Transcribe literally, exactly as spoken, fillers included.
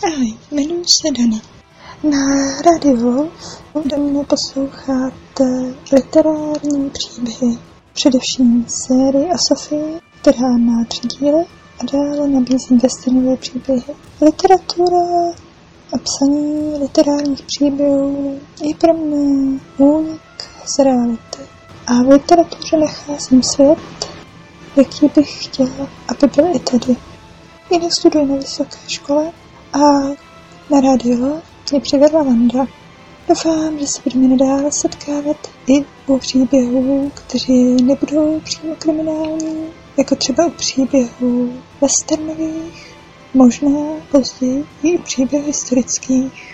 Ahoj, jmenuji se Dana. Na Radio Love ode mě posloucháte literární příběhy, především sérii o Sofii, která má tři díly a dále nabízím westernové příběhy. Literatura a psaní literárních příběhů je pro mě únik z reality. A v literatuře nacházím svět, jaký bych chtěla, aby byl i tady. Jinak studuji na vysoké škole a na Radio Love mě přivedla Vanda. Doufám, že se budeme nadále setkávat i u příběhů, kteří nebudou přímo kriminální, jako třeba u příběhů westernových, možná později i příběhů historických.